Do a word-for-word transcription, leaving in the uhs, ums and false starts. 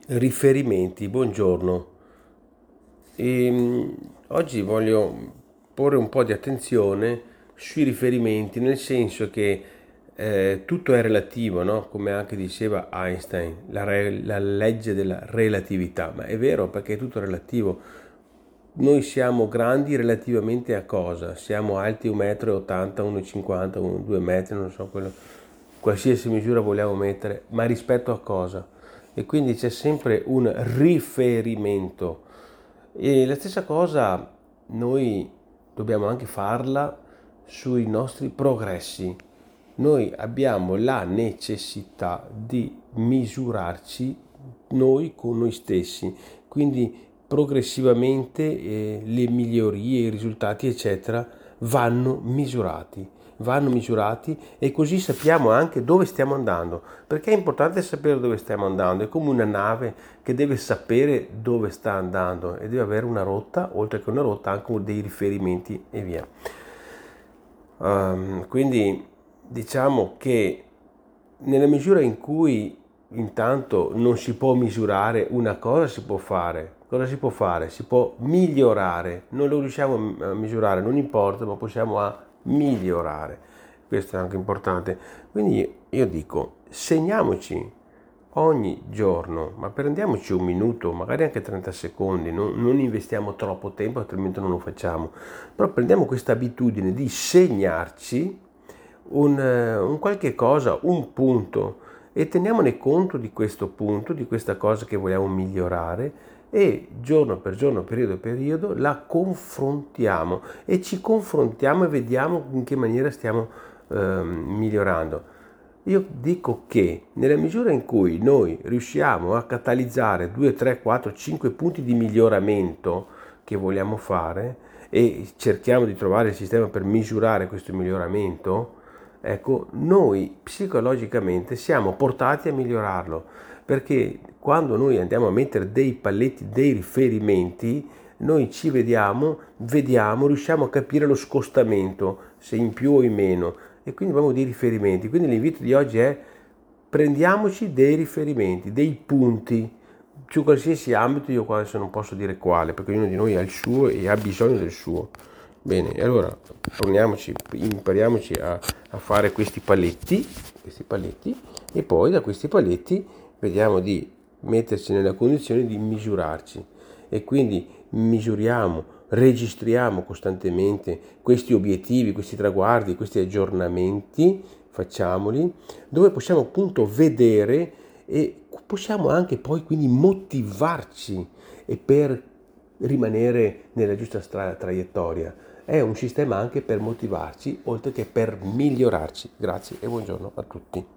Riferimenti, buongiorno. E, oggi voglio porre un po' di attenzione sui riferimenti, nel senso che eh, tutto è relativo, no? Come anche diceva Einstein, la, re- la legge della relatività, ma è vero perché è tutto relativo. Noi siamo grandi relativamente a cosa? Siamo alti un metro e ottanta, uno e cinquanta, due metri, non so, quello, qualsiasi misura vogliamo mettere, ma rispetto a cosa? E quindi c'è sempre un riferimento. E la stessa cosa noi dobbiamo anche farla sui nostri progressi. Noi abbiamo la necessità di misurarci noi con noi stessi, quindi progressivamente eh, le migliorie, i risultati, eccetera, vanno misurati, vanno misurati e così sappiamo anche dove stiamo andando, perché è importante sapere dove stiamo andando, è come una nave che deve sapere dove sta andando e deve avere una rotta, oltre che una rotta anche dei riferimenti e via. Um, quindi diciamo che nella misura in cui intanto non si può misurare una cosa, si può fare. Cosa si può fare? Si può migliorare. Non lo riusciamo a misurare, non importa, ma possiamo a migliorare. Questo è anche importante. Quindi io dico, segniamoci ogni giorno, ma prendiamoci un minuto, magari anche trenta secondi, non, non investiamo troppo tempo, altrimenti non lo facciamo. Però prendiamo questa abitudine di segnarci un, eh, un qualche cosa, un punto, e teniamone conto di questo punto, di questa cosa che vogliamo migliorare e giorno per giorno, periodo per periodo, la confrontiamo e ci confrontiamo e vediamo in che maniera stiamo eh, migliorando. Io dico che nella misura in cui noi riusciamo a catalizzare due, tre, quattro, cinque punti di miglioramento che vogliamo fare e cerchiamo di trovare il sistema per misurare questo miglioramento, ecco, noi psicologicamente siamo portati a migliorarlo, perché quando noi andiamo a mettere dei paletti, dei riferimenti, noi ci vediamo, vediamo, riusciamo a capire lo scostamento, se in più o in meno, e quindi abbiamo dei riferimenti. Quindi l'invito di oggi è: prendiamoci dei riferimenti, dei punti, su qualsiasi ambito. Io qua adesso non posso dire quale, perché ognuno di noi ha il suo e ha bisogno del suo. Bene, e allora poniamoci, impariamoci a, a fare questi paletti, questi paletti, e poi da questi paletti vediamo di metterci nella condizione di misurarci. E quindi misuriamo, registriamo costantemente questi obiettivi, questi traguardi, questi aggiornamenti, facciamoli, dove possiamo appunto vedere e possiamo anche poi quindi motivarci e per rimanere nella giusta stra- traiettoria. È un sistema anche per motivarci, oltre che per migliorarci. Grazie e buongiorno a tutti.